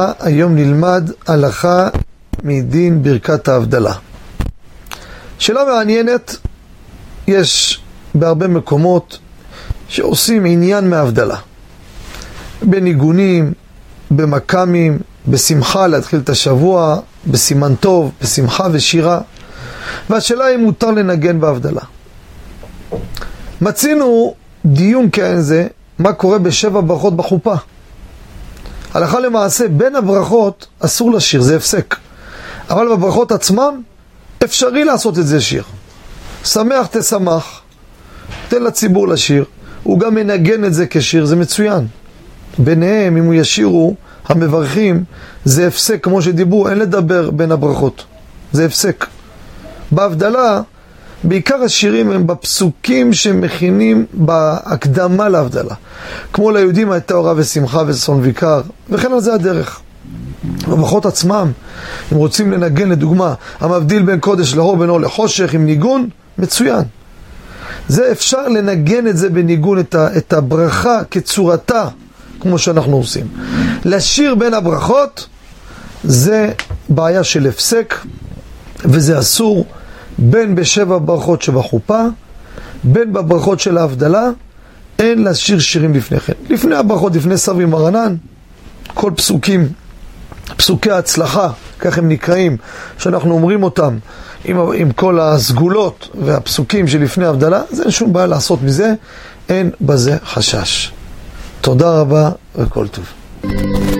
הבדלה. היום נלמד הלכה מדין ברכת ההבדלה. שאלה מעניינת, יש בהרבה מקומות שעושים עניין מההבדלה. בניגונים, במקמים, בשמחה להתחיל את השבוע, בסימן טוב, בשמחה ושירה. והשאלה היא מותר לנגן בהבדלה. מצינו דיון כאין זה, מה קורה בשבע ברכות בחופה. הלכה למעשה, בין הברכות אסור לשיר, זה הפסק. אבל בברכות עצמם אפשרי לעשות את זה שיר. שמח תשמח, תן לציבור לשיר, הוא גם מנגן את זה כשיר, זה מצוין. ביניהם, אם הוא ישירו, המברכים, זה הפסק, כמו שדיברו, אין לדבר בין הברכות. זה הפסק. בהבדלה, בעיקר השירים הם בפסוקים שמכינים בהקדמה להבדלה. כמו ליהודים הייתה אורה ושמחה וששון ויקר, וכן על זה הדרך. בברכות עצמם, אם רוצים לנגן לדוגמה, המבדיל בין קודש לאור בין אור לחושך עם ניגון, מצוין. זה אפשר לנגן את זה בניגון, את הברכה כצורתה, כמו שאנחנו עושים. לשיר בין הברכות, זה בעיה של הפסק, וזה אסור בין בשבע ברכות שבחופה, בין בברכות של ההבדלה, אין לשיר שירים לפני כן. לפני הברכות, לפני סבי מרנן, כל פסוקים, פסוקי ההצלחה, כך הם נקראים, שאנחנו אומרים אותם, עם כל הסגולות והפסוקים שלפני ההבדלה, זה אין שום בעיה לעשות מזה, אין בזה חשש. תודה רבה וכל טוב.